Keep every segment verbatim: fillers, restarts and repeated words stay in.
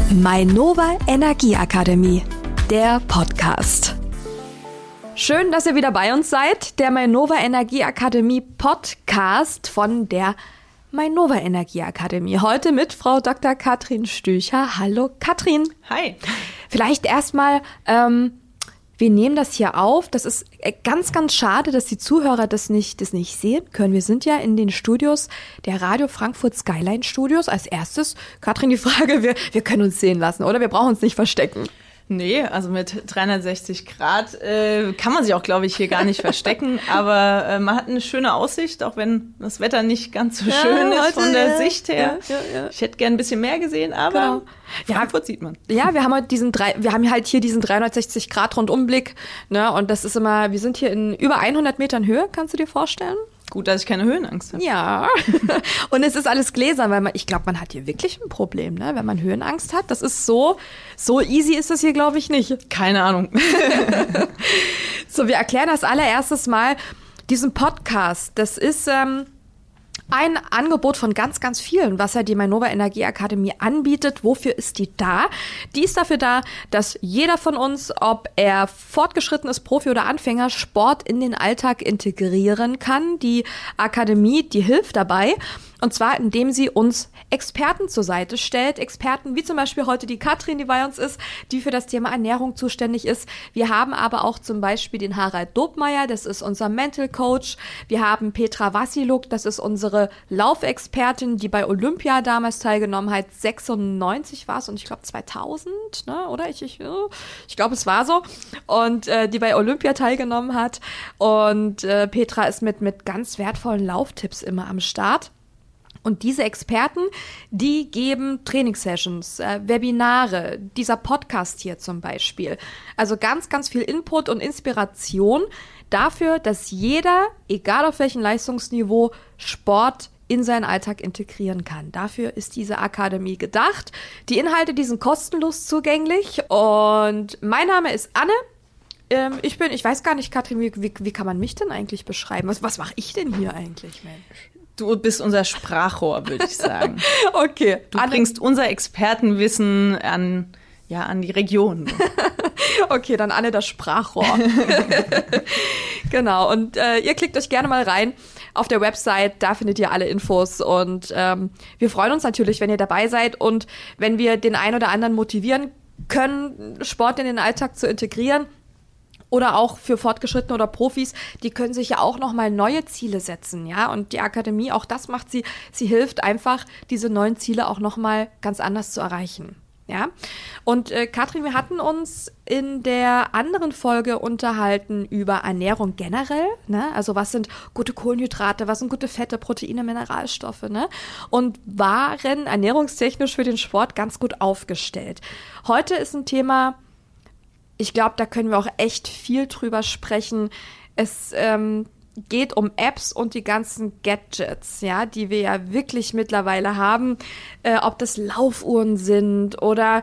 Mainova Energieakademie, der Podcast. Schön, dass ihr wieder bei uns seid. Der Mainova Energieakademie Podcast von der Mainova Energieakademie. Heute mit Frau Doktor Katrin Stücher. Hallo Katrin. Hi. Vielleicht erstmal, ähm, wir nehmen das hier auf. Das ist ganz, ganz schade, dass die Zuhörer das nicht, das nicht sehen können. Wir sind ja in den Studios der Radio Frankfurt Skyline Studios. Als erstes, Katrin, die Frage, wir, wir können uns sehen lassen, oder? Wir brauchen uns nicht verstecken. Nee, also mit dreihundertsechzig Grad äh, kann man sich auch, glaube ich, hier gar nicht verstecken. Aber äh, man hat eine schöne Aussicht, auch wenn das Wetter nicht ganz so ja, schön ist heute, von der ja, Sicht her. Ja, ja, ja. Ich hätte gern ein bisschen mehr gesehen, aber genau. Frankfurt ja, sieht man. Ja, wir haben heute diesen drei, wir haben halt hier diesen dreihundertsechzig Grad Rundumblick, ne? Und das ist immer, wir sind hier in über hundert Metern Höhe, kannst du dir vorstellen? Gut, dass ich keine Höhenangst habe. Ja, und es ist alles gläsern, weil man, ich glaube, man hat hier wirklich ein Problem, ne? Wenn man Höhenangst hat. Das ist so, so easy ist das hier, glaube ich, nicht. Keine Ahnung. So, wir erklären das allererstes Mal, diesen Podcast, das ist ähm, ein Angebot von ganz, ganz vielen, was ja die Mainova Energieakademie anbietet. Wofür ist die da? Die ist dafür da, dass jeder von uns, ob er fortgeschritten ist, Profi oder Anfänger, Sport in den Alltag integrieren kann. Die Akademie, die hilft dabei. Und zwar, indem sie uns Experten zur Seite stellt. Experten wie zum Beispiel heute die Katrin, die bei uns ist, die für das Thema Ernährung zuständig ist. Wir haben aber auch zum Beispiel den Harald Dobmeier, das ist unser Mental Coach. Wir haben Petra Wassiluk, das ist unsere Laufexpertin, die bei Olympia damals teilgenommen hat. sechsundneunzig war es und ich glaube zweitausend, ne? Oder? Ich, ich, ich glaube, es war so. Und äh, die bei Olympia teilgenommen hat. Und äh, Petra ist mit, mit ganz wertvollen Lauftipps immer am Start. Und diese Experten, die geben Trainingssessions, äh, Webinare, dieser Podcast hier zum Beispiel. Also ganz, ganz viel Input und Inspiration dafür, dass jeder, egal auf welchem Leistungsniveau, Sport in seinen Alltag integrieren kann. Dafür ist diese Akademie gedacht. Die Inhalte, die sind kostenlos zugänglich. Und mein Name ist Anne. Ähm, ich bin, ich weiß gar nicht, Katrin, wie, wie, wie kann man mich denn eigentlich beschreiben? Was, was mache ich denn hier eigentlich, Mensch? Du bist unser Sprachrohr, würde ich sagen. Okay. Du Anne, bringst unser Expertenwissen an, ja, an die Region. Okay, dann Anne das Sprachrohr. Genau, und äh, ihr klickt euch gerne mal rein auf der Website, da findet ihr alle Infos und ähm, wir freuen uns natürlich, wenn ihr dabei seid und wenn wir den einen oder anderen motivieren können, Sport in den Alltag zu integrieren. Oder auch für Fortgeschrittene oder Profis, die können sich ja auch nochmal neue Ziele setzen, ja. Und die Akademie, auch das macht sie, sie hilft einfach, diese neuen Ziele auch nochmal ganz anders zu erreichen, ja. Und äh, Katrin, wir hatten uns in der anderen Folge unterhalten über Ernährung generell, ne? Also was sind gute Kohlenhydrate, was sind gute Fette, Proteine, Mineralstoffe, ne? Und waren ernährungstechnisch für den Sport ganz gut aufgestellt. Heute ist ein Thema, ich glaube, da können wir auch echt viel drüber sprechen. Es ähm, geht um Apps und die ganzen Gadgets, ja, die wir ja wirklich mittlerweile haben. Äh, ob das Laufuhren sind oder,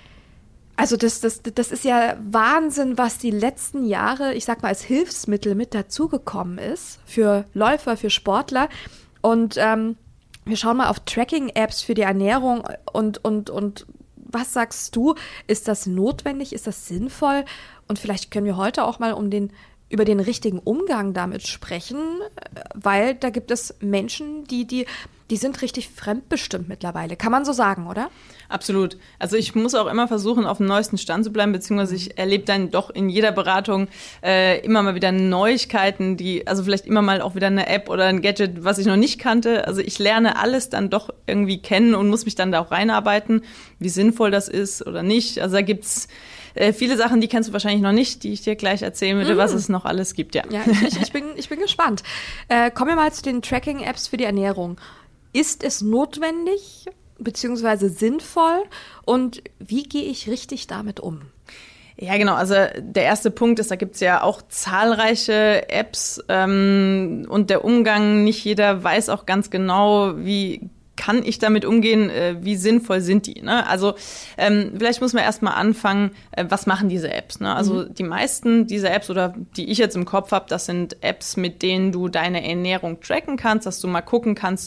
also das, das, das ist ja Wahnsinn, was die letzten Jahre, ich sag mal, als Hilfsmittel mit dazugekommen ist für Läufer, für Sportler. Und ähm, wir schauen mal auf Tracking-Apps für die Ernährung und, und, und was sagst du? Ist das notwendig? Ist das sinnvoll? Und vielleicht können wir heute auch mal um den, über den richtigen Umgang damit sprechen, weil da gibt es Menschen, die, die, die sind richtig fremdbestimmt mittlerweile. Kann man so sagen, oder? Absolut. Also ich muss auch immer versuchen, auf dem neuesten Stand zu bleiben, beziehungsweise ich erlebe dann doch in jeder Beratung äh, immer mal wieder Neuigkeiten, die, also vielleicht immer mal auch wieder eine App oder ein Gadget, was ich noch nicht kannte. Also ich lerne alles dann doch irgendwie kennen und muss mich dann da auch reinarbeiten, wie sinnvoll das ist oder nicht. Also da gibt's äh, viele Sachen, die kennst du wahrscheinlich noch nicht, die ich dir gleich erzählen würde, mhm. was es noch alles gibt. Ja, ja ich, ich, bin, ich bin gespannt. Äh, kommen wir mal zu den Tracking-Apps für die Ernährung. Ist es notwendig beziehungsweise sinnvoll und wie gehe ich richtig damit um? Ja, genau. Also der erste Punkt ist, da gibt's ja auch zahlreiche Apps ähm, und der Umgang, nicht jeder weiß auch ganz genau, wie kann ich damit umgehen, äh, wie sinnvoll sind die, ne? Also ähm, vielleicht muss man erstmal anfangen, äh, was machen diese Apps, ne? Also mhm. die meisten dieser Apps oder die ich jetzt im Kopf habe, das sind Apps, mit denen du deine Ernährung tracken kannst, dass du mal gucken kannst,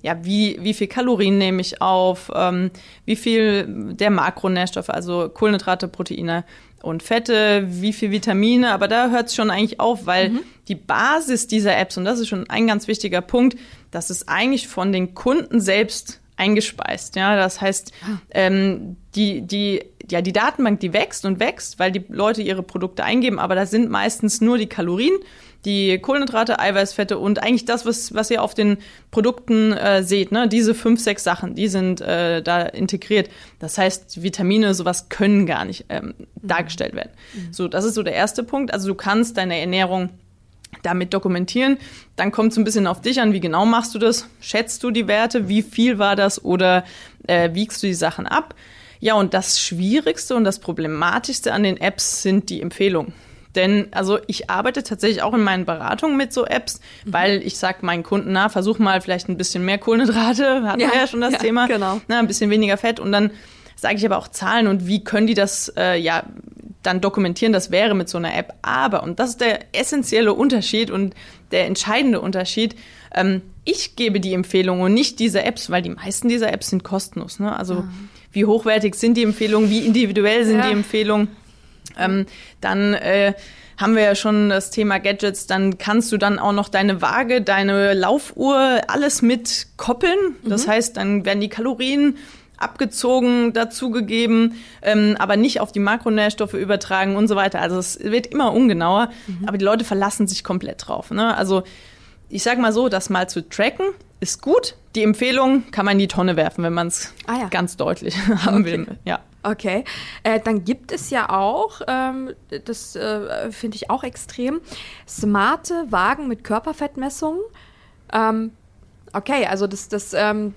ja, wie, wie viel Kalorien nehme ich auf, ähm, wie viel der Makronährstoffe, also Kohlenhydrate, Proteine und Fette, wie viel Vitamine, aber da hört es schon eigentlich auf, weil mhm. die Basis dieser Apps, und das ist schon ein ganz wichtiger Punkt, das ist eigentlich von den Kunden selbst eingespeist. Ja, das heißt, ähm, die, die, ja, die Datenbank, die wächst und wächst, weil die Leute ihre Produkte eingeben, aber da sind meistens nur die Kalorien, die Kohlenhydrate, Eiweißfette und eigentlich das, was, was ihr auf den Produkten äh, seht, ne? Diese fünf, sechs Sachen, die sind äh, da integriert. Das heißt, Vitamine, sowas können gar nicht ähm, mhm. dargestellt werden. Mhm. So, das ist so der erste Punkt. Also du kannst deine Ernährung damit dokumentieren. Dann kommt es ein bisschen auf dich an, wie genau machst du das? Schätzt du die Werte? Wie viel war das? Oder äh, wiegst du die Sachen ab? Ja, und das Schwierigste und das Problematischste an den Apps sind die Empfehlungen. Denn also ich arbeite tatsächlich auch in meinen Beratungen mit so Apps, mhm. weil ich sage meinen Kunden, na, versuch mal vielleicht ein bisschen mehr Kohlenhydrate, hatten ja, wir ja schon das ja, Thema, genau. na, ein bisschen weniger Fett. Und dann sage ich aber auch Zahlen und wie können die das äh, ja dann dokumentieren, das wäre mit so einer App. Aber, und das ist der essentielle Unterschied und der entscheidende Unterschied, ähm, ich gebe die Empfehlung und nicht diese Apps, weil die meisten dieser Apps sind kostenlos. Ne? Also mhm. wie hochwertig sind die Empfehlungen, wie individuell sind ja. die Empfehlungen. Ähm, dann äh, haben wir ja schon das Thema Gadgets, dann kannst du dann auch noch deine Waage, deine Laufuhr, alles mit koppeln. Das mhm. heißt, dann werden die Kalorien abgezogen, dazugegeben, ähm, aber nicht auf die Makronährstoffe übertragen und so weiter. Also es wird immer ungenauer, mhm. aber die Leute verlassen sich komplett drauf. Ne? Also ich sag mal so, das mal zu tracken ist gut. Die Empfehlung kann man in die Tonne werfen, wenn man es ah, ja. ganz deutlich haben okay. will. Ja. Okay, äh, dann gibt es ja auch, ähm, das äh, finde ich auch extrem, smarte Wagen mit Körperfettmessungen. Ähm, okay, also das, das ähm,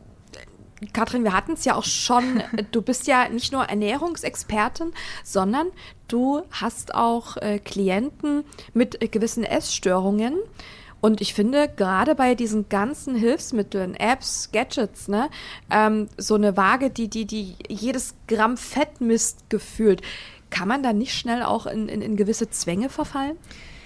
Katrin, wir hatten es ja auch schon, du bist ja nicht nur Ernährungsexpertin, sondern du hast auch äh, Klienten mit äh, gewissen Essstörungen. Und ich finde, gerade bei diesen ganzen Hilfsmitteln, Apps, Gadgets, ne, ähm, so eine Waage, die, die, die jedes Gramm Fett misst, gefühlt, kann man da nicht schnell auch in, in, in gewisse Zwänge verfallen?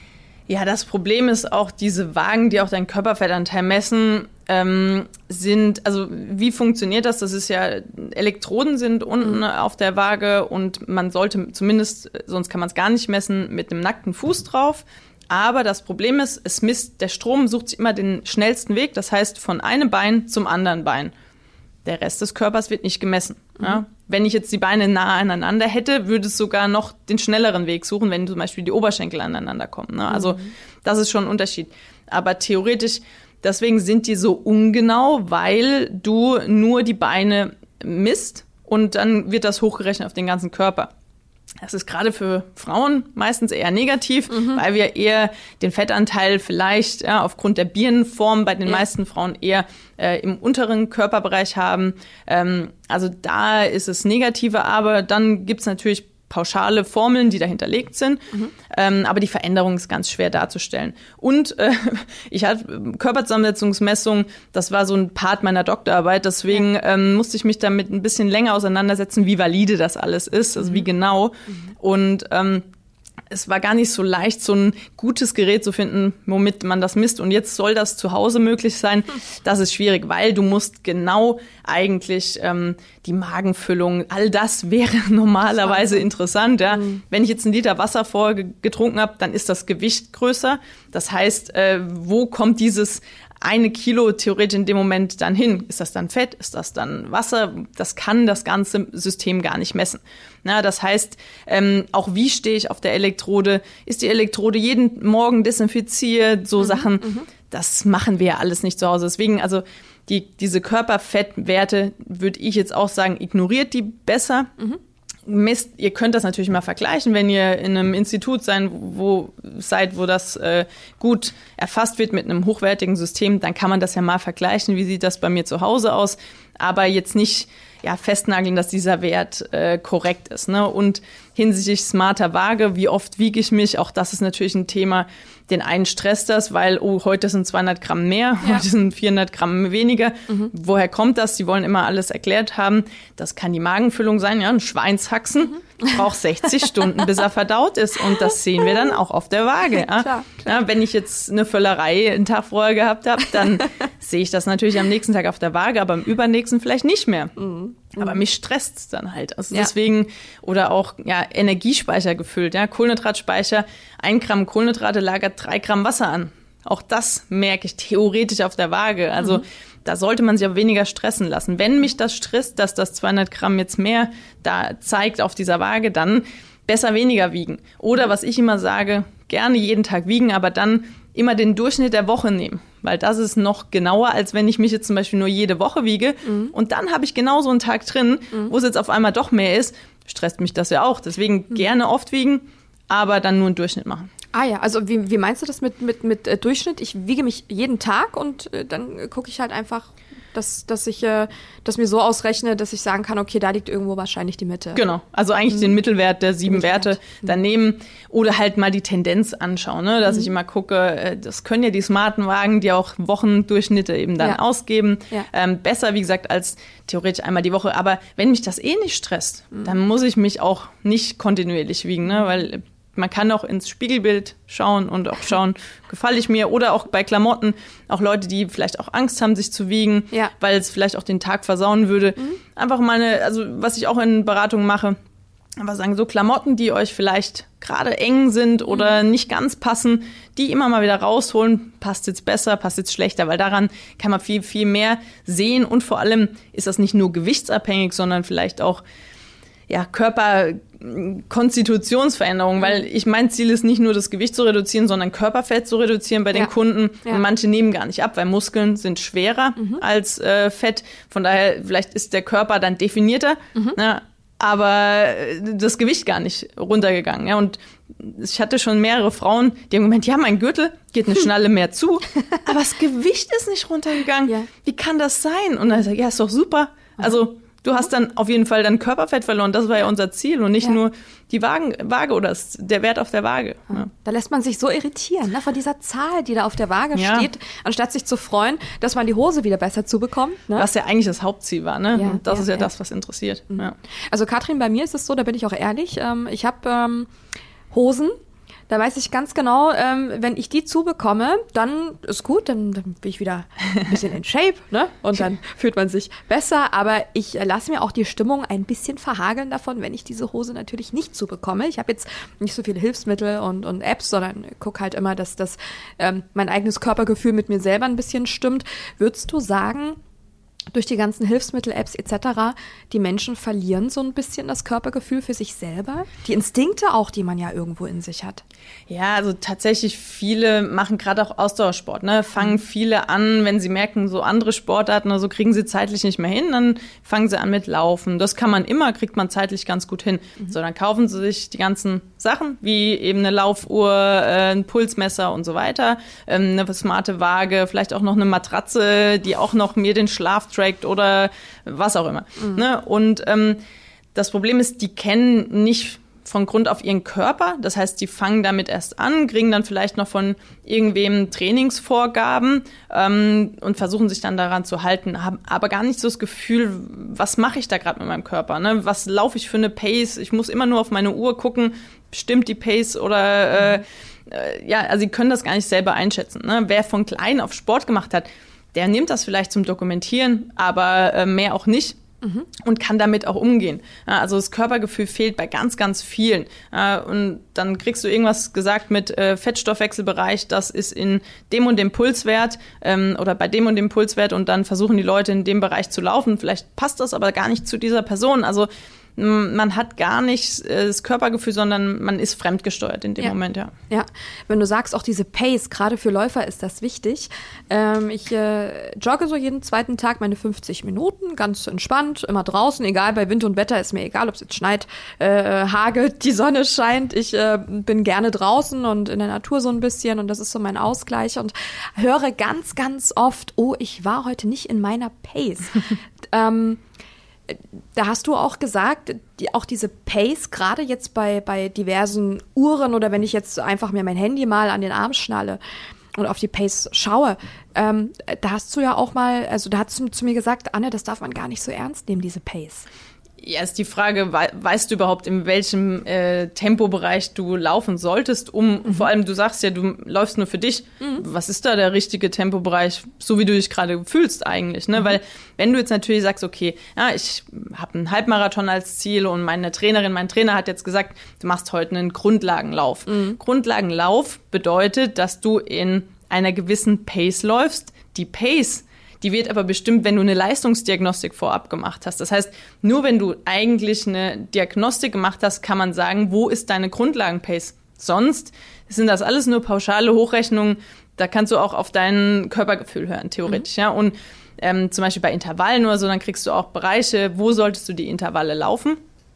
Ja, das Problem ist auch, diese Wagen, die auch deinen Körperfettanteil messen, ähm, sind, also wie funktioniert das? Das ist ja, Elektroden sind unten mhm. auf der Waage und man sollte zumindest, sonst kann man es gar nicht messen, mit einem nackten Fuß drauf. Aber das Problem ist, es misst, der Strom sucht sich immer den schnellsten Weg, das heißt von einem Bein zum anderen Bein. Der Rest des Körpers wird nicht gemessen. Mhm. Ja? Wenn ich jetzt die Beine nah aneinander hätte, würde es sogar noch den schnelleren Weg suchen, wenn zum Beispiel die Oberschenkel aneinander kommen. Ne? Also mhm. das ist schon ein Unterschied. Aber theoretisch, deswegen sind die so ungenau, weil du nur die Beine misst und dann wird das hochgerechnet auf den ganzen Körper. Das ist gerade für Frauen meistens eher negativ, mhm. weil wir eher den Fettanteil vielleicht ja, aufgrund der Birnenform bei den ja. meisten Frauen eher äh, im unteren Körperbereich haben. Ähm, also da ist es negativer, aber dann gibt's natürlich pauschale Formeln, die dahinterlegt sind. Mhm. Ähm, aber die Veränderung ist ganz schwer darzustellen. Und äh, ich hatte Körperzusammensetzungsmessung, das war so ein Part meiner Doktorarbeit, deswegen ja. ähm, musste ich mich damit ein bisschen länger auseinandersetzen, wie valide das alles ist, also mhm. wie genau. Mhm. Und ähm, es war gar nicht so leicht, so ein gutes Gerät zu finden, womit man das misst. Und jetzt soll das zu Hause möglich sein. Das ist schwierig, weil du musst genau eigentlich ähm, die Magenfüllung, all das wäre normalerweise interessant. Ja. Mhm. Wenn ich jetzt einen Liter Wasser vorher getrunken habe, dann ist das Gewicht größer. Das heißt, äh, wo kommt dieses eine Kilo theoretisch in dem Moment dann hin? Ist das dann Fett? Ist das dann Wasser? Das kann das ganze System gar nicht messen. Na, das heißt, ähm, auch wie stehe ich auf der Elektrode? Ist die Elektrode jeden Morgen desinfiziert? So mhm, Sachen, mhm. das machen wir ja alles nicht zu Hause. Deswegen, also die, diese Körperfettwerte, würde ich jetzt auch sagen, ignoriert die besser. Mhm. Misst, ihr könnt das natürlich mal vergleichen, wenn ihr in einem Institut sein, wo, seid, wo das äh, gut erfasst wird mit einem hochwertigen System, dann kann man das ja mal vergleichen, wie sieht das bei mir zu Hause aus, aber jetzt nicht ja, festnageln, dass dieser Wert äh, korrekt ist. Ne? Und hinsichtlich smarter Waage, wie oft wiege ich mich, auch das ist natürlich ein Thema, den einen stresst das, weil, oh, heute sind zweihundert Gramm mehr, ja. heute sind vierhundert Gramm weniger. Mhm. Woher kommt das? Die wollen immer alles erklärt haben. Das kann die Magenfüllung sein, ja, ein Schweinshaxen. Mhm. braucht sechzig Stunden, bis er verdaut ist. Und das sehen wir dann auch auf der Waage. Ja? Klar, klar. Ja, wenn ich jetzt eine Völlerei einen Tag vorher gehabt habe, dann sehe ich das natürlich am nächsten Tag auf der Waage, aber am übernächsten vielleicht nicht mehr. Mhm. Aber mich stresst es dann halt. Also ja. deswegen, oder auch ja, Energiespeicher gefüllt. Ja? Kohlenhydratspeicher, ein Gramm Kohlenhydrate lagert drei Gramm Wasser an. Auch das merke ich theoretisch auf der Waage. Also mhm. da sollte man sich aber weniger stressen lassen. Wenn mich das stresst, dass das zweihundert Gramm jetzt mehr da zeigt auf dieser Waage, dann besser weniger wiegen. Oder was ich immer sage, gerne jeden Tag wiegen, aber dann immer den Durchschnitt der Woche nehmen. Weil das ist noch genauer, als wenn ich mich jetzt zum Beispiel nur jede Woche wiege. Mhm. Und dann habe ich genau so einen Tag drin, mhm. wo es jetzt auf einmal doch mehr ist. Stresst mich das ja auch. Deswegen mhm. gerne oft wiegen, aber dann nur einen Durchschnitt machen. Ah ja, also wie, wie meinst du das mit, mit, mit äh, Durchschnitt? Ich wiege mich jeden Tag und äh, dann äh, gucke ich halt einfach, dass, dass ich äh, das mir so ausrechne, dass ich sagen kann, okay, da liegt irgendwo wahrscheinlich die Mitte. Genau, also eigentlich mhm. den Mittelwert der sieben Mittelwert. Werte daneben oder halt mal die Tendenz anschauen, ne? Dass mhm. ich immer gucke, äh, das können ja die smarten Wagen, die auch Wochendurchschnitte eben dann ja. ausgeben. Ja. Ähm, besser, wie gesagt, als theoretisch einmal die Woche. Aber wenn mich das eh nicht stresst, mhm. dann muss ich mich auch nicht kontinuierlich wiegen, ne? Weil man kann auch ins Spiegelbild schauen und auch schauen, gefalle ich mir. Oder auch bei Klamotten, auch Leute, die vielleicht auch Angst haben, sich zu wiegen, ja. weil es vielleicht auch den Tag versauen würde. Mhm. Einfach mal eine, also was ich auch in Beratungen mache, aber sagen, so Klamotten, die euch vielleicht gerade eng sind oder mhm. nicht ganz passen, die immer mal wieder rausholen, passt jetzt besser, passt jetzt schlechter, weil daran kann man viel, viel mehr sehen. Und vor allem ist das nicht nur gewichtsabhängig, sondern vielleicht auch ja, Körperkonstitutionsveränderung, weil ich mein Ziel ist nicht nur das Gewicht zu reduzieren, sondern Körperfett zu reduzieren bei den ja. Kunden. Ja. Und manche nehmen gar nicht ab, weil Muskeln sind schwerer mhm. als äh, Fett. Von daher, vielleicht ist der Körper dann definierter, mhm. ne, aber das Gewicht gar nicht runtergegangen. Ja. Und ich hatte schon mehrere Frauen, die haben gemeint, ja, mein Gürtel geht eine Schnalle mehr zu, aber das Gewicht ist nicht runtergegangen. Ja. Wie kann das sein? Und dann sage ich, ja, ist doch super. Also du hast dann auf jeden Fall dein Körperfett verloren. Das war ja unser Ziel und nicht ja. nur die Wagen, Waage oder das, der Wert auf der Waage. Ja. Da lässt man sich so irritieren, ne, von dieser Zahl, die da auf der Waage ja. steht, anstatt sich zu freuen, dass man die Hose wieder besser zubekommt. Ne? Was ja eigentlich das Hauptziel war. Ne? Ja, das ja, ist ja, ja das, was interessiert. Mhm. Ja. Also Katrin, bei mir ist es so, da bin ich auch ehrlich, ähm, ich habe ähm, Hosen. Da weiß ich ganz genau, ähm, wenn ich die zubekomme, dann ist gut, dann, dann bin ich wieder ein bisschen in Shape, ne? Und dann fühlt man sich besser. Aber ich äh, lasse mir auch die Stimmung ein bisschen verhageln davon, wenn ich diese Hose natürlich nicht zubekomme. Ich habe jetzt nicht so viele Hilfsmittel und, und Apps, sondern gucke halt immer, dass das ähm, mein eigenes Körpergefühl mit mir selber ein bisschen stimmt. Würdest du sagen, durch die ganzen Hilfsmittel-Apps et cetera, die Menschen verlieren so ein bisschen das Körpergefühl für sich selber? Die Instinkte auch, die man ja irgendwo in sich hat. Ja, also tatsächlich viele machen gerade auch Ausdauersport, ne? Fangen viele an, wenn sie merken, so andere Sportarten oder so kriegen sie zeitlich nicht mehr hin, dann fangen sie an mit Laufen. Das kann man immer, kriegt man zeitlich ganz gut hin. Mhm. So, dann kaufen sie sich die ganzen Sachen, wie eben eine Laufuhr, äh, ein Pulsmesser und so weiter, ähm, eine smarte Waage, vielleicht auch noch eine Matratze, die auch noch mir den Schlaf trackt oder was auch immer. Mhm. Ne? Und ähm, das Problem ist, die kennen nicht von Grund auf ihren Körper. Das heißt, die fangen damit erst an, kriegen dann vielleicht noch von irgendwem Trainingsvorgaben ähm, und versuchen sich dann daran zu halten, haben aber gar nicht so das Gefühl, was mache ich da gerade mit meinem Körper? Ne? Was laufe ich für eine Pace? Ich muss immer nur auf meine Uhr gucken, stimmt die Pace oder äh, äh, ja, also sie können das gar nicht selber einschätzen. Ne? Wer von klein auf Sport gemacht hat, der nimmt das vielleicht zum Dokumentieren, aber äh, mehr auch nicht. Mhm. Und kann damit auch umgehen. Also das Körpergefühl fehlt bei ganz, ganz vielen. Und dann kriegst du irgendwas gesagt mit äh, Fettstoffwechselbereich, das ist in dem und dem Pulswert ähm, oder bei dem und dem Pulswert und dann versuchen die Leute in dem Bereich zu laufen. Vielleicht passt das aber gar nicht zu dieser Person. Also man hat gar nicht das Körpergefühl, sondern man ist fremdgesteuert in dem ja. Moment, ja. Ja, wenn du sagst, auch diese Pace, gerade für Läufer ist das wichtig. Ähm, ich äh, jogge so jeden zweiten Tag meine fünfzig Minuten, ganz entspannt, immer draußen, egal, bei Wind und Wetter ist mir egal, ob es jetzt schneit, äh, hagelt, die Sonne scheint. Ich äh, bin gerne draußen und in der Natur so ein bisschen und das ist so mein Ausgleich und höre ganz, ganz oft, oh, ich war heute nicht in meiner Pace. ähm, Da hast du auch gesagt, die, auch diese Pace, gerade jetzt bei, bei diversen Uhren oder wenn ich jetzt einfach mir mein Handy mal an den Arm schnalle und auf die Pace schaue, ähm, da hast du ja auch mal, also da hast du zu mir gesagt, Anne, das darf man gar nicht so ernst nehmen, diese Pace. Ja, ist die Frage, we- weißt du überhaupt, in welchem äh, Tempobereich du laufen solltest, um, mhm. vor allem, du sagst ja, du läufst nur für dich. Mhm. Was ist da der richtige Tempobereich, so wie du dich gerade fühlst eigentlich, ne? Mhm. Weil, wenn du jetzt natürlich sagst, okay, ja, ich habe einen Halbmarathon als Ziel und meine Trainerin, mein Trainer hat jetzt gesagt, du machst heute einen Grundlagenlauf. Mhm. Grundlagenlauf bedeutet, dass du in einer gewissen Pace läufst. Die Pace, die wird aber bestimmt, wenn du eine Leistungsdiagnostik vorab gemacht hast. Das heißt, nur wenn du eigentlich eine Diagnostik gemacht hast, kann man sagen, wo ist deine Grundlagenpace? Sonst sind das alles nur pauschale Hochrechnungen. Da kannst du auch auf dein Körpergefühl hören, theoretisch. Mhm. Ja. Und ähm, zum Beispiel bei Intervallen oder so, dann kriegst du auch Bereiche, wo solltest du die Intervalle laufen.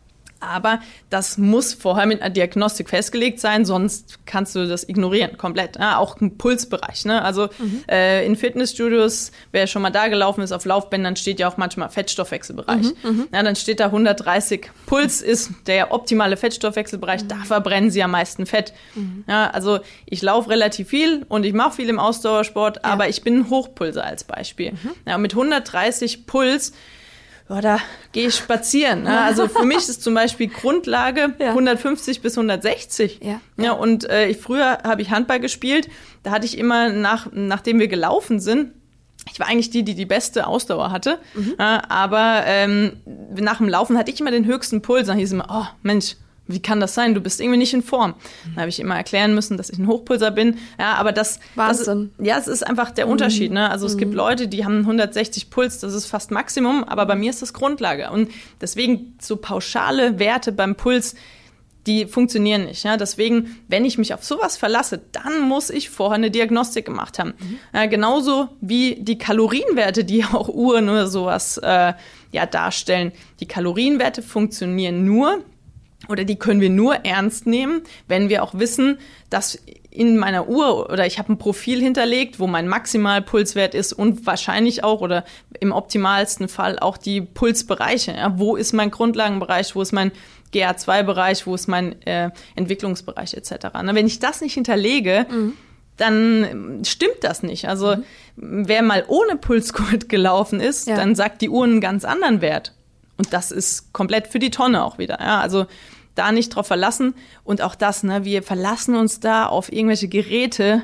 Aber das muss vorher mit einer Diagnostik festgelegt sein, sonst kannst du das ignorieren, komplett. Ja, auch im Pulsbereich. Ne? Also mhm. äh, in Fitnessstudios, wer schon mal da gelaufen ist, auf Laufbändern steht ja auch manchmal Fettstoffwechselbereich. Mhm. Ja, dann steht da hundertdreißig. Puls ist der optimale Fettstoffwechselbereich, mhm. da verbrennen sie am meisten Fett. Mhm. Ja, also ich laufe relativ viel und ich mache viel im Ausdauersport, ja. aber ich bin ein Hochpulser als Beispiel. Mhm. Ja, mit hundertdreißig Puls, ja, da gehe ich spazieren. Ne? Also für mich ist zum Beispiel Grundlage ja. hundertfünfzig bis hundertsechzig. Ja. Ja, und äh, ich, früher habe ich Handball gespielt. Da hatte ich immer, nach, nachdem wir gelaufen sind, ich war eigentlich die, die die beste Ausdauer hatte. Mhm. Ja, aber ähm, nach dem Laufen hatte ich immer den höchsten Puls. Dann hieß es immer, oh Mensch, wie kann das sein? Du bist irgendwie nicht in Form. Dann habe ich immer erklären müssen, dass ich ein Hochpulser bin. Ja, aber das, Wahnsinn. das ja, es ist einfach der Unterschied. Ne? Also es mhm. gibt Leute, die haben hundertsechzig Puls, das ist fast Maximum, aber bei mir ist das Grundlage. Und deswegen so pauschale Werte beim Puls, die funktionieren nicht. Ja? Deswegen, wenn ich mich auf sowas verlasse, dann muss ich vorher eine Diagnostik gemacht haben. Mhm. Ja, genauso wie die Kalorienwerte, die auch Uhren oder sowas äh, ja, darstellen. Die Kalorienwerte funktionieren nur, oder die können wir nur ernst nehmen, wenn wir auch wissen, dass in meiner Uhr oder ich habe ein Profil hinterlegt, wo mein Maximalpulswert ist und wahrscheinlich auch oder im optimalsten Fall auch die Pulsbereiche. Ja, wo ist mein Grundlagenbereich, wo ist mein G A zwei Bereich, wo ist mein äh, Entwicklungsbereich et cetera. Na, wenn ich das nicht hinterlege, mhm. dann stimmt das nicht. Also mhm. wer mal ohne Pulsgurt gelaufen ist, ja. dann sagt die Uhr einen ganz anderen Wert. Und das ist komplett für die Tonne auch wieder. Ja, also da nicht drauf verlassen. Und auch das, ne, wir verlassen uns da auf irgendwelche Geräte.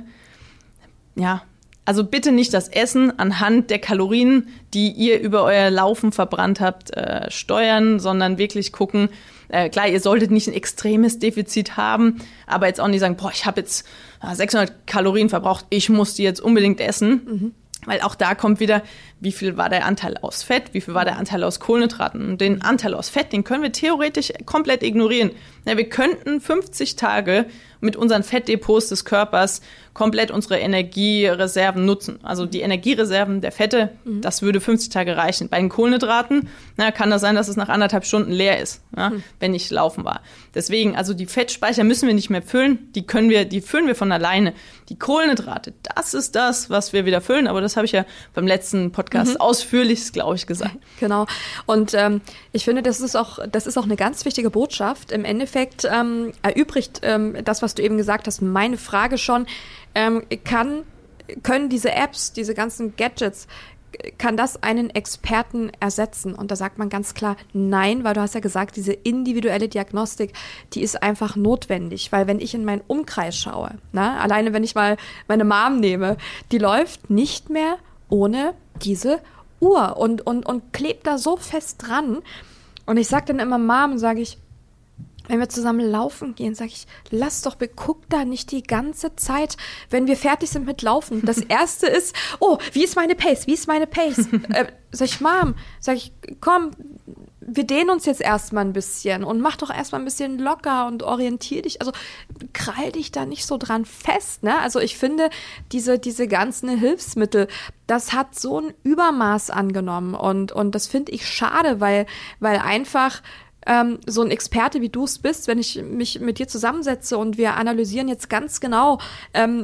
Ja, also bitte nicht das Essen anhand der Kalorien, die ihr über euer Laufen verbrannt habt, äh, steuern, sondern wirklich gucken. Äh, klar, ihr solltet nicht ein extremes Defizit haben, aber jetzt auch nicht sagen, boah, ich habe jetzt sechshundert Kalorien verbraucht, ich muss die jetzt unbedingt essen. Mhm. Weil auch da kommt wieder, wie viel war der Anteil aus Fett, wie viel war der Anteil aus Kohlenhydraten. Und den Anteil aus Fett, den können wir theoretisch komplett ignorieren. Ja, wir könnten fünfzig Tage mit unseren Fettdepots des Körpers komplett unsere Energiereserven nutzen. Also die Energiereserven der Fette, mhm. das würde fünfzig Tage reichen. Bei den Kohlenhydraten na, kann das sein, dass es nach anderthalb Stunden leer ist, ja, mhm. wenn ich laufen war. Deswegen, also die Fettspeicher müssen wir nicht mehr füllen, die können wir, die füllen wir von alleine. Die Kohlenhydrate, das ist das, was wir wieder füllen, aber das habe ich ja beim letzten Podcast mhm. ausführlich, glaube ich, gesagt. Genau. Und ähm, ich finde, das ist auch, das ist auch eine ganz wichtige Botschaft. Im Endeffekt ähm, erübrigt ähm, das, was du eben gesagt hast, meine Frage schon, ähm, kann, können diese Apps, diese ganzen Gadgets, kann das einen Experten ersetzen? Und da sagt man ganz klar nein, weil du hast ja gesagt, diese individuelle Diagnostik, die ist einfach notwendig, weil wenn ich in meinen Umkreis schaue, na, alleine wenn ich mal meine Mom nehme, die läuft nicht mehr ohne diese Uhr und, und, und klebt da so fest dran. Und ich sag dann immer Mom, sage ich, wenn wir zusammen laufen gehen, sage ich, lass doch, guck da nicht die ganze Zeit, wenn wir fertig sind mit Laufen. Das Erste ist, oh, wie ist meine Pace, wie ist meine Pace? äh, sag ich, Mom, sag ich, komm, wir dehnen uns jetzt erstmal ein bisschen und mach doch erstmal ein bisschen locker und orientier dich, also krall dich da nicht so dran fest, ne? Also ich finde, diese, diese ganzen Hilfsmittel, das hat so ein Übermaß angenommen und, und das finde ich schade, weil, weil einfach Ähm, so ein Experte, wie du es bist, wenn ich mich mit dir zusammensetze und wir analysieren jetzt ganz genau, ähm,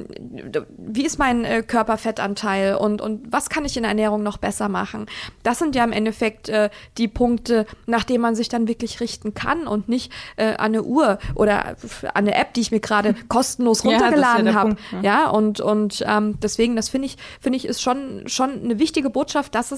wie ist mein äh, Körperfettanteil und, und was kann ich in der Ernährung noch besser machen. Das sind ja im Endeffekt äh, die Punkte, nach denen man sich dann wirklich richten kann und nicht äh, an eine Uhr oder an eine App, die ich mir gerade kostenlos runtergeladen ja, ja habe. Ja. ja, und, und ähm, deswegen, das finde ich, finde ich, ist schon, schon eine wichtige Botschaft, dass es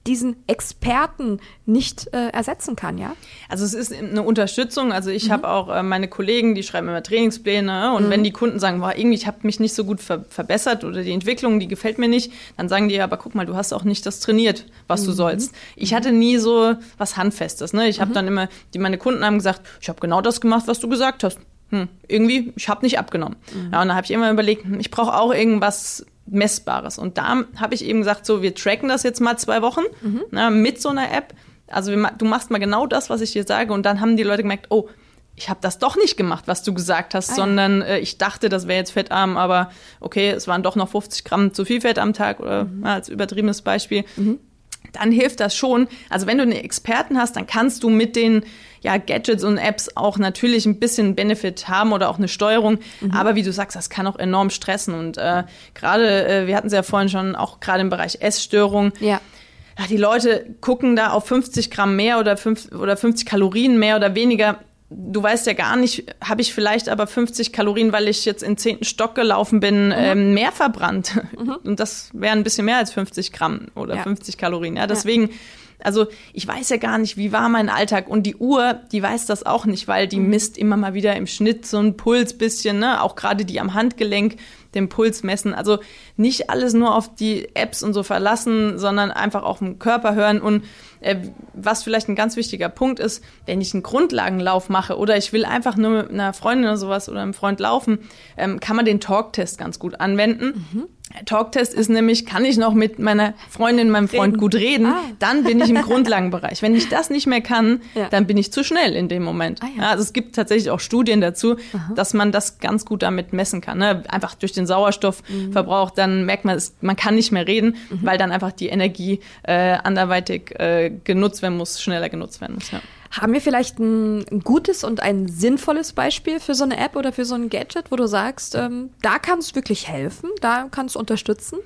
diesen Experten nicht äh, ersetzen kann, ja? Also es ist eine Unterstützung. Also ich mhm. habe auch äh, meine Kollegen, die schreiben immer Trainingspläne. Und mhm. wenn die Kunden sagen, boah, irgendwie, ich habe mich nicht so gut ver- verbessert oder die Entwicklung, die gefällt mir nicht, dann sagen die, ja, aber guck mal, du hast auch nicht das trainiert, was mhm. du sollst. Ich hatte nie so was Handfestes. Ne? Ich habe mhm. dann immer, die meine Kunden haben gesagt, ich habe genau das gemacht, was du gesagt hast. Hm, irgendwie, ich habe nicht abgenommen. Mhm. Ja, und dann habe ich immer überlegt, ich brauche auch irgendwas Messbares. Und da habe ich eben gesagt, so, wir tracken das jetzt mal zwei Wochen mhm. na, mit so einer App. Also wir, du machst mal genau das, was ich dir sage. Und dann haben die Leute gemerkt, oh, ich habe das doch nicht gemacht, was du gesagt hast, ah, sondern äh, ich dachte, das wäre jetzt fettarm, aber okay, es waren doch noch fünfzig Gramm zu viel Fett am Tag oder mhm. ja, als übertriebenes Beispiel. Mhm. Dann hilft das schon. Also wenn du einen Experten hast, dann kannst du mit den ja, Gadgets und Apps auch natürlich ein bisschen Benefit haben oder auch eine Steuerung. Mhm. Aber wie du sagst, das kann auch enorm stressen. Und äh, gerade, äh, wir hatten es ja vorhin schon, auch gerade im Bereich Essstörung. Ja. Ja, die Leute gucken da auf fünfzig Gramm mehr oder, fünf, oder fünfzig Kalorien mehr oder weniger. Du weißt ja gar nicht, habe ich vielleicht aber fünfzig Kalorien, weil ich jetzt in zehnten Stock gelaufen bin, mhm. ähm, mehr verbrannt. Mhm. Und das wären ein bisschen mehr als fünfzig Gramm oder ja. fünfzig Kalorien. Ja, deswegen, ja. also ich weiß ja gar nicht, wie war mein Alltag. Und die Uhr, die weiß das auch nicht, weil die misst immer mal wieder im Schnitt so einen Puls bisschen, ne? Auch gerade die am Handgelenk, den Puls messen. Also nicht alles nur auf die Apps und so verlassen, sondern einfach auf den Körper hören. Und äh, was vielleicht ein ganz wichtiger Punkt ist, wenn ich einen Grundlagenlauf mache oder ich will einfach nur mit einer Freundin oder sowas oder einem Freund laufen, ähm, kann man den Talktest ganz gut anwenden. Mhm. Der Talktest ist nämlich, kann ich noch mit meiner Freundin, meinem Freund reden. gut reden, ah. dann bin ich im Grundlagenbereich. Wenn ich das nicht mehr kann, ja. dann bin ich zu schnell in dem Moment. Ah, ja. Ja, also es gibt tatsächlich auch Studien dazu, aha. dass man das ganz gut damit messen kann. Ne? Einfach durch den Sauerstoffverbrauch, mhm. dann merkt man, es, man kann nicht mehr reden, mhm. weil dann einfach die Energie äh, anderweitig äh, genutzt werden muss, schneller genutzt werden muss. Ja. Haben wir vielleicht ein, ein gutes und ein sinnvolles Beispiel für so eine App oder für so ein Gadget, wo du sagst, ähm, da kann es wirklich helfen, da kann es unterstützen?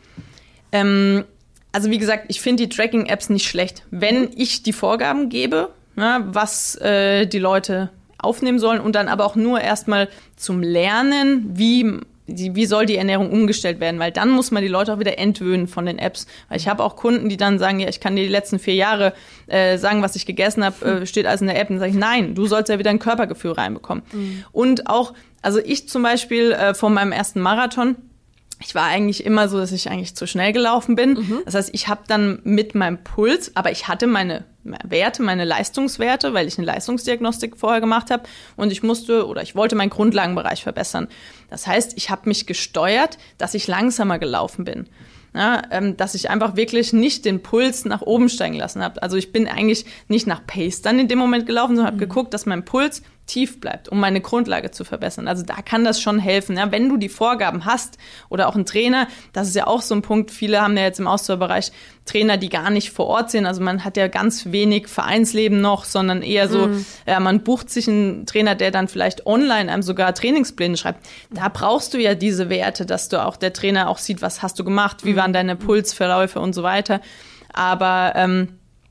Ähm, also wie gesagt, ich finde die Tracking-Apps nicht schlecht. Wenn ich die Vorgaben gebe, ja, was äh, die Leute aufnehmen sollen und dann aber auch nur erstmal zum Lernen, wie Die, wie soll die Ernährung umgestellt werden? Weil dann muss man die Leute auch wieder entwöhnen von den Apps. Weil ich habe auch Kunden, die dann sagen, ja, ich kann dir die letzten vier Jahre äh, sagen, was ich gegessen habe, äh, steht alles in der App. Und dann sage ich, nein, du sollst ja wieder ein Körpergefühl reinbekommen. Mhm. Und auch, also ich zum Beispiel äh, vor meinem ersten Marathon, ich war eigentlich immer so, dass ich eigentlich zu schnell gelaufen bin. Mhm. Das heißt, ich habe dann mit meinem Puls, aber ich hatte meine Werte, meine Leistungswerte, weil ich eine Leistungsdiagnostik vorher gemacht habe und ich musste oder ich wollte meinen Grundlagenbereich verbessern. Das heißt, ich habe mich gesteuert, dass ich langsamer gelaufen bin. Ja, ähm, dass ich einfach wirklich nicht den Puls nach oben steigen lassen habe. Also ich bin eigentlich nicht nach Pace dann in dem Moment gelaufen, sondern habe mhm. geguckt, dass mein Puls tief bleibt, um meine Grundlage zu verbessern. Also da kann das schon helfen. Ja, wenn du die Vorgaben hast oder auch ein Trainer, das ist ja auch so ein Punkt, viele haben ja jetzt im Ausdauerbereich Trainer, die gar nicht vor Ort sind. Also man hat ja ganz wenig Vereinsleben noch, sondern eher so, mhm. ja, man bucht sich einen Trainer, der dann vielleicht online einem sogar Trainingspläne schreibt. Da brauchst du ja diese Werte, dass du auch der Trainer auch sieht, was hast du gemacht, wie mhm. waren deine Pulsverläufe und so weiter. Aber ähm,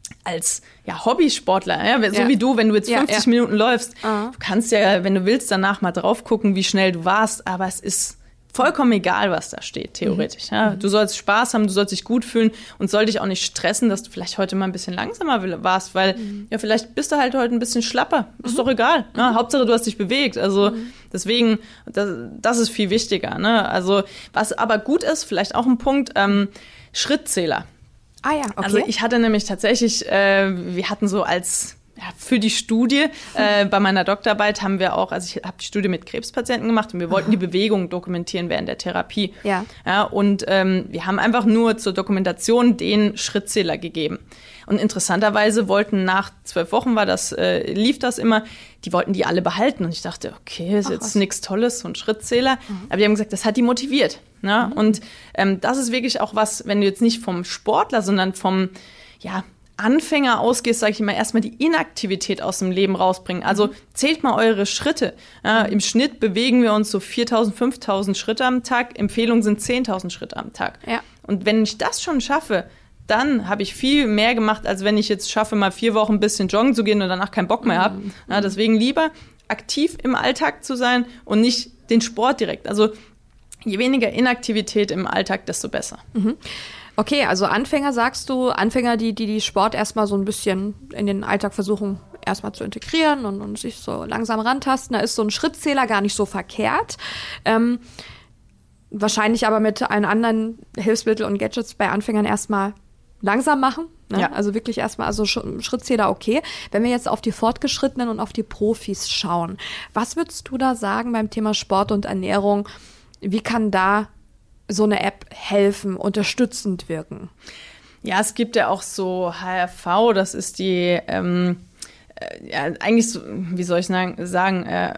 als ja, Hobbysportler, ja, so ja. wie du, wenn du jetzt fünfzig ja, ja. Minuten läufst, uh-huh. du kannst ja, wenn du willst, danach mal drauf gucken, wie schnell du warst, aber es ist vollkommen egal, was da steht, theoretisch. Mhm. Ja. Du sollst Spaß haben, du sollst dich gut fühlen und soll dich auch nicht stressen, dass du vielleicht heute mal ein bisschen langsamer warst, weil mhm. ja, vielleicht bist du halt heute ein bisschen schlapper. Ist mhm. doch egal. Ne? Mhm. Hauptsache, du hast dich bewegt. Also mhm. deswegen, das, das ist viel wichtiger. Ne? Also was aber gut ist, vielleicht auch ein Punkt, ähm, Schrittzähler. Ah ja, okay. Also ich hatte nämlich tatsächlich, äh, wir hatten so als ja, für die Studie, äh, bei meiner Doktorarbeit haben wir auch, also ich habe die Studie mit Krebspatienten gemacht und wir wollten Aha. die Bewegung dokumentieren während der Therapie. Ja. Ja, und ähm, wir haben einfach nur zur Dokumentation den Schrittzähler gegeben. Und interessanterweise wollten nach zwölf Wochen war das, äh, lief das immer, die wollten die alle behalten. Und ich dachte, okay, ist Ach, jetzt nichts Tolles, so ein Schrittzähler. Mhm. Aber die haben gesagt, das hat die motiviert. Ne? Mhm. Und ähm, das ist wirklich auch was, wenn du jetzt nicht vom Sportler, sondern vom ja, Anfänger ausgehst, sage ich immer, erstmal die Inaktivität aus dem Leben rausbringen. Also mhm. zählt mal eure Schritte. Ja, im Schnitt bewegen wir uns so viertausend, fünftausend Schritte am Tag. Empfehlungen sind zehntausend Schritte am Tag. Ja. Und wenn ich das schon schaffe, dann habe ich viel mehr gemacht, als wenn ich jetzt schaffe, mal vier Wochen ein bisschen joggen zu gehen und danach keinen Bock mehr habe. Mhm. Ja, deswegen lieber aktiv im Alltag zu sein und nicht den Sport direkt. Also je weniger Inaktivität im Alltag, desto besser. Mhm. Okay, also Anfänger sagst du, Anfänger, die die, die Sport erstmal so ein bisschen in den Alltag versuchen, erstmal zu integrieren und, und sich so langsam rantasten, da ist so ein Schrittzähler gar nicht so verkehrt. Ähm, wahrscheinlich aber mit allen anderen Hilfsmitteln und Gadgets bei Anfängern erstmal langsam machen. Ne? Ja. Also wirklich erstmal, also Schrittzähler okay. Wenn wir jetzt auf die Fortgeschrittenen und auf die Profis schauen, was würdest du da sagen beim Thema Sport und Ernährung? Wie kann da so eine App helfen, unterstützend wirken? Ja, es gibt ja auch so H R V, das ist die, ähm, äh, ja, eigentlich so, wie soll ich sagen, äh,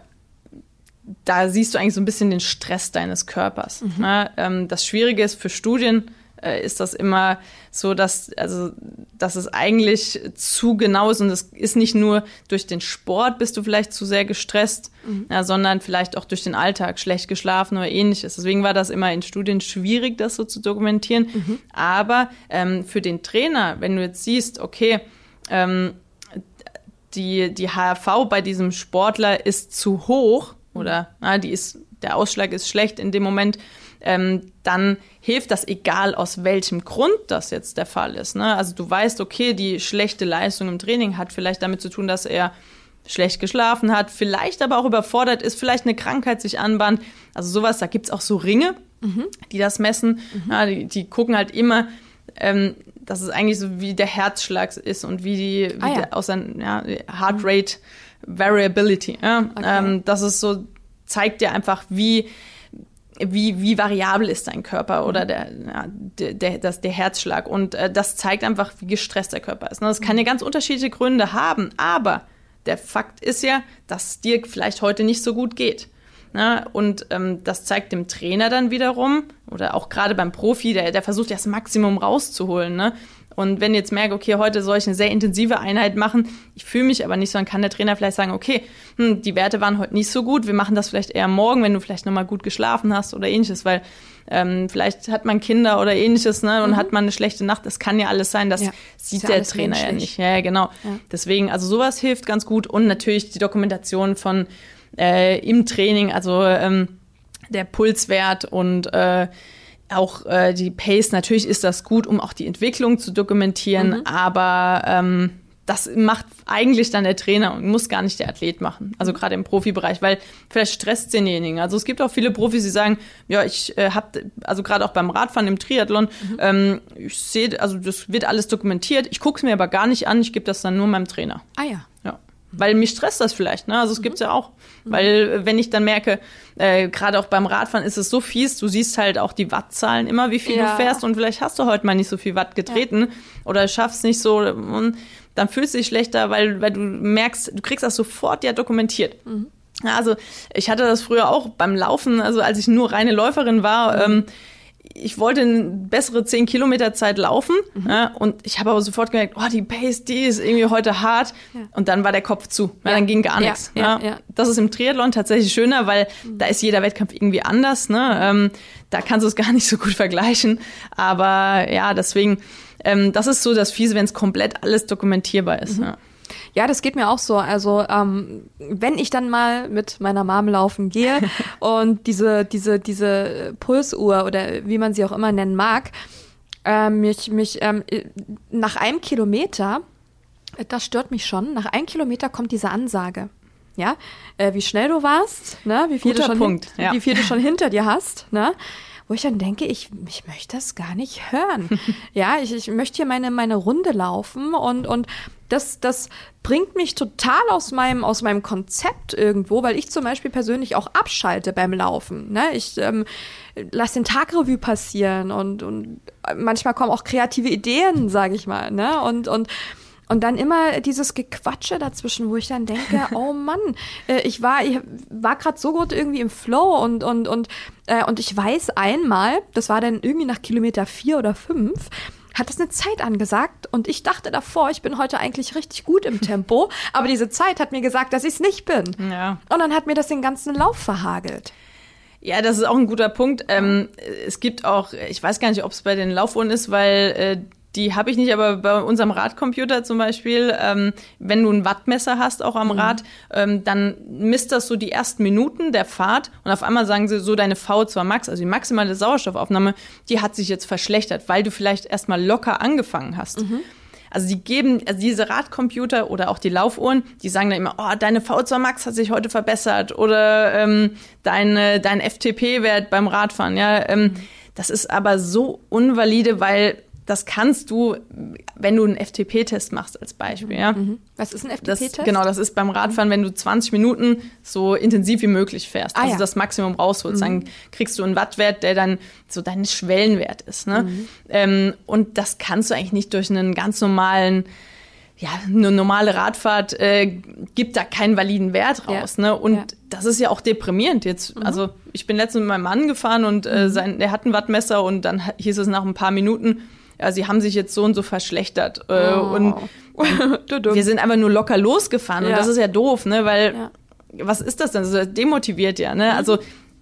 da siehst du eigentlich so ein bisschen den Stress deines Körpers. Mhm. Ne? Ähm, das Schwierige ist für Studien, äh, ist das immer so, dass, also, dass es eigentlich zu genau ist und es ist nicht nur durch den Sport bist du vielleicht zu sehr gestresst, mhm. ja, sondern vielleicht auch durch den Alltag, schlecht geschlafen oder ähnliches. Deswegen war das immer in Studien schwierig, das so zu dokumentieren. Mhm. Aber ähm, für den Trainer, wenn du jetzt siehst, okay, ähm, die, die H R V bei diesem Sportler ist zu hoch, oder na, die ist, der Ausschlag ist schlecht in dem Moment, ähm, dann hilft das, egal aus welchem Grund das jetzt der Fall ist. Ne? Also du weißt, okay, die schlechte Leistung im Training hat vielleicht damit zu tun, dass er schlecht geschlafen hat, vielleicht aber auch überfordert ist, vielleicht eine Krankheit sich anbahnt. Also sowas, da gibt's auch so Ringe, mhm. die das messen. Mhm. Ja, die, die gucken halt immer, ähm, dass es eigentlich so wie der Herzschlag ist und wie die, wie ah, ja. der, aus ein, ja, Heart Rate Variability. Ja? Okay. Ähm, das ist so, zeigt dir einfach, wie Wie, wie variabel ist dein Körper oder der, ja, der, der, das, der Herzschlag. Und äh, das zeigt einfach, wie gestresst der Körper ist. Ne? Das kann ja ganz unterschiedliche Gründe haben, aber der Fakt ist ja, dass es dir vielleicht heute nicht so gut geht. Ne? Und ähm, das zeigt dem Trainer dann wiederum, oder auch gerade beim Profi, der, der versucht ja das Maximum rauszuholen. Ne? Und wenn jetzt merke, okay, heute soll ich eine sehr intensive Einheit machen, ich fühle mich aber nicht so, dann kann der Trainer vielleicht sagen, okay, hm, die Werte waren heute nicht so gut, wir machen das vielleicht eher morgen, wenn du vielleicht nochmal gut geschlafen hast oder ähnliches, weil ähm, vielleicht hat man Kinder oder ähnliches, ne, und mhm. hat man eine schlechte Nacht, das kann ja alles sein, das ja. sieht ja der Trainer menschlich. Ja nicht. Ja, genau. Ja. Deswegen, also sowas hilft ganz gut und natürlich die Dokumentation von äh, im Training, also ähm, der Pulswert und äh, auch äh, die Pace, natürlich ist das gut, um auch die Entwicklung zu dokumentieren, mhm. aber ähm, das macht eigentlich dann der Trainer und muss gar nicht der Athlet machen. Also mhm. gerade im Profibereich, weil vielleicht stresst denjenigen. Also es gibt auch viele Profis, die sagen, ja, ich äh, habe, also gerade auch beim Radfahren im Triathlon, mhm. ähm, ich sehe, also das wird alles dokumentiert, ich gucke es mir aber gar nicht an, ich gebe das dann nur meinem Trainer. Ah ja. Ja. Weil mich stresst das vielleicht, ne? Also es mhm. gibt's ja auch. Mhm. Weil wenn ich dann merke, äh, gerade auch beim Radfahren ist es so fies, du siehst halt auch die Wattzahlen immer, wie viel ja. du fährst und vielleicht hast du heute mal nicht so viel Watt getreten ja. oder schaffst nicht so und dann fühlst du dich schlechter, weil, weil du merkst, du kriegst das sofort ja dokumentiert. Mhm. Also ich hatte das früher auch beim Laufen, also als ich nur reine Läuferin war, mhm. ähm, ich wollte eine bessere zehn Kilometer Zeit laufen mhm. ja, und ich habe aber sofort gemerkt, oh, die Pace, die ist irgendwie heute hart ja. und dann war der Kopf zu, ja, ja. dann ging gar ja, nichts. Ja, ja. Ja. Das ist im Triathlon tatsächlich schöner, weil mhm. da ist jeder Wettkampf irgendwie anders. Ne? Ähm, da kannst du es gar nicht so gut vergleichen, aber ja, deswegen, ähm, das ist so das Fiese, wenn es komplett alles dokumentierbar ist. Mhm. Ja. Ja, das geht mir auch so. Also ähm, wenn ich dann mal mit meiner Mom laufen gehe und diese diese diese Pulsuhr oder wie man sie auch immer nennen mag, äh, mich mich ähm, nach einem Kilometer, das stört mich schon. Nach einem Kilometer kommt diese Ansage, ja, äh, wie schnell du warst, ne, wie viel Guter du schon Punkt, hin- ja. wie viel du schon hinter dir hast, ne. Wo ich dann denke, ich, ich möchte das gar nicht hören. Ja, ich, ich möchte hier meine, meine Runde laufen und, und das, das bringt mich total aus meinem, aus meinem Konzept irgendwo, weil ich zum Beispiel persönlich auch abschalte beim Laufen. Ne? Ich ähm, lasse den Tagrevue passieren und, und manchmal kommen auch kreative Ideen, sage ich mal. Ne? Und, und Und dann immer dieses Gequatsche dazwischen, wo ich dann denke, oh Mann, äh, ich war, ich war gerade so gut irgendwie im Flow und und und äh, und ich weiß einmal, das war dann irgendwie nach Kilometer vier oder fünf, hat das eine Zeit angesagt und ich dachte davor, ich bin heute eigentlich richtig gut im Tempo, aber diese Zeit hat mir gesagt, dass ich es nicht bin. Ja. Und dann hat mir das den ganzen Lauf verhagelt. Ja, das ist auch ein guter Punkt. Ähm, es gibt auch, ich weiß gar nicht, ob es bei den Laufuhren ist, weil äh, Die habe ich nicht, aber bei unserem Radcomputer zum Beispiel, ähm, wenn du ein Wattmesser hast auch am mhm. Rad, ähm, dann misst das so die ersten Minuten der Fahrt und auf einmal sagen sie so, deine V zwei Max, also die maximale Sauerstoffaufnahme, die hat sich jetzt verschlechtert, weil du vielleicht erstmal locker angefangen hast. Mhm. Also die geben, also diese Radcomputer oder auch die Laufuhren, die sagen dann immer, oh, deine V zwei Max hat sich heute verbessert oder ähm, deine, dein F T P-Wert beim Radfahren. Ja, ähm, mhm. Das ist aber so unvalide, weil das kannst du, wenn du einen F T P-Test machst als Beispiel. Ja. Was ist ein F T P-Test? Das, genau, das ist beim Radfahren, wenn du zwanzig Minuten so intensiv wie möglich fährst, ah, also ja. das Maximum rausholst, mhm. dann kriegst du einen Wattwert, der dann so dein Schwellenwert ist. Ne? Mhm. Ähm, und das kannst du eigentlich nicht durch einen ganz normalen, ja, eine normale Radfahrt äh, gibt da keinen validen Wert raus. Ja. Ne? Und ja. das ist ja auch deprimierend jetzt. Mhm. Also ich bin letztens mit meinem Mann gefahren und äh, sein, der hat ein Wattmesser und dann hieß es nach ein paar Minuten, ja, sie haben sich jetzt so und so verschlechtert. Äh, oh. Und wir sind einfach nur locker losgefahren. Ja. Und das ist ja doof, ne? Weil, ja. was ist das denn? Das demotiviert ja, ne? Mhm. Also,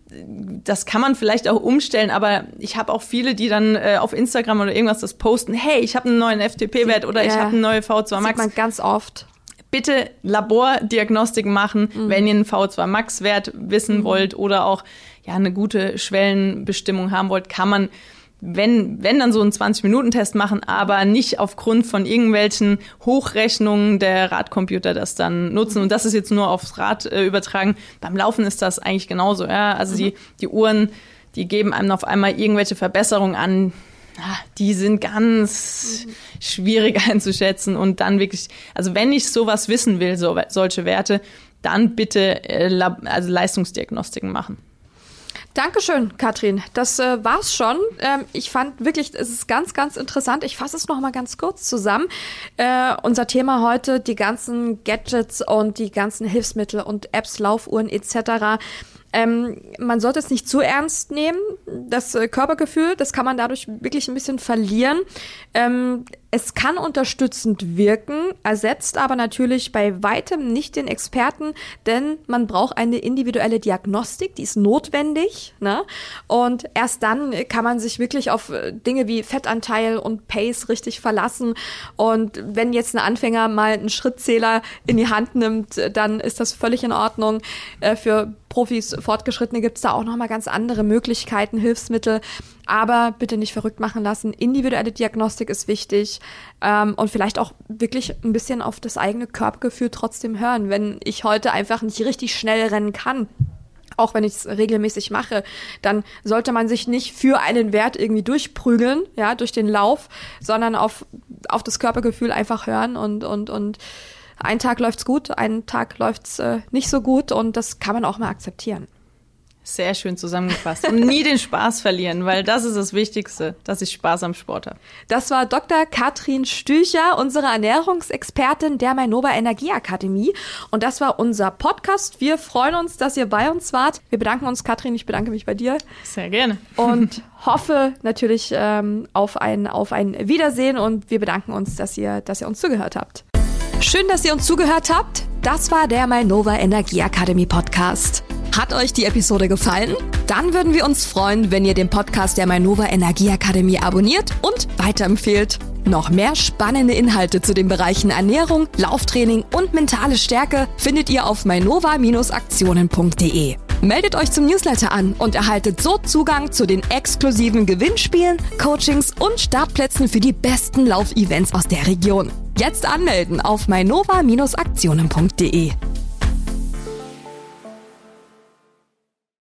das kann man vielleicht auch umstellen, aber ich habe auch viele, die dann äh, auf Instagram oder irgendwas das posten, hey, ich habe einen neuen F T P-Wert oder ja. ich habe eine neue V zwei Max. Das sieht man ganz oft. Bitte Labordiagnostik machen, mhm. wenn ihr einen V zwei Max-Wert wissen mhm. wollt oder auch ja eine gute Schwellenbestimmung haben wollt, kann man Wenn, wenn dann so einen zwanzig-Minuten-Test machen, aber nicht aufgrund von irgendwelchen Hochrechnungen der Radcomputer das dann nutzen. Und das ist jetzt nur aufs Rad äh, übertragen. Beim Laufen ist das eigentlich genauso. Ja? Also mhm. die, die Uhren, die geben einem auf einmal irgendwelche Verbesserungen an. Ja, die sind ganz mhm. schwierig einzuschätzen. Und dann wirklich, also wenn ich sowas wissen will, so, solche Werte, dann bitte äh, Lab, also Leistungsdiagnostiken machen. Dankeschön, Katrin. Das äh, war's schon. Ähm, ich fand wirklich, es ist ganz, ganz interessant. Ich fasse es noch mal ganz kurz zusammen. Äh, unser Thema heute, die ganzen Gadgets und die ganzen Hilfsmittel und Apps, Laufuhren et cetera. Ähm, man sollte es nicht zu ernst nehmen. Das äh, Körpergefühl, das kann man dadurch wirklich ein bisschen verlieren. Ähm, es kann unterstützend wirken, ersetzt aber natürlich bei weitem nicht den Experten, denn man braucht eine individuelle Diagnostik, die ist notwendig, ne? Und erst dann kann man sich wirklich auf Dinge wie Fettanteil und Pace richtig verlassen. Und wenn jetzt ein Anfänger mal einen Schrittzähler in die Hand nimmt, dann ist das völlig in Ordnung. Äh, für Profis, Fortgeschrittene gibt es da auch nochmal ganz andere Möglichkeiten, Hilfsmittel. Aber bitte nicht verrückt machen lassen. Individuelle Diagnostik ist wichtig. Ähm, und vielleicht auch wirklich ein bisschen auf das eigene Körpergefühl trotzdem hören. Wenn ich heute einfach nicht richtig schnell rennen kann, auch wenn ich es regelmäßig mache, dann sollte man sich nicht für einen Wert irgendwie durchprügeln, ja, durch den Lauf, sondern auf, auf das Körpergefühl einfach hören und, und, und einen Tag läuft's gut, einen Tag läuft's äh, nicht so gut und das kann man auch mal akzeptieren. Sehr schön zusammengefasst. Und nie den Spaß verlieren, weil das ist das Wichtigste, dass ich Spaß am Sport habe. Das war Doktor Katrin Stücher, unsere Ernährungsexpertin der Mainova Energieakademie. Und das war unser Podcast. Wir freuen uns, dass ihr bei uns wart. Wir bedanken uns, Katrin, ich bedanke mich bei dir. Sehr gerne. Und hoffe natürlich ähm, auf ein, auf ein Wiedersehen. Und wir bedanken uns, dass ihr, dass ihr uns zugehört habt. Schön, dass ihr uns zugehört habt. Das war der Mainova Energieakademie Podcast. Hat euch die Episode gefallen? Dann würden wir uns freuen, wenn ihr den Podcast der Mainova Energieakademie abonniert und weiterempfehlt. Noch mehr spannende Inhalte zu den Bereichen Ernährung, Lauftraining und mentale Stärke findet ihr auf mainova Bindestrich aktionen punkt de. Meldet euch zum Newsletter an und erhaltet so Zugang zu den exklusiven Gewinnspielen, Coachings und Startplätzen für die besten Laufevents aus der Region. Jetzt anmelden auf mainova Bindestrich aktionen punkt de.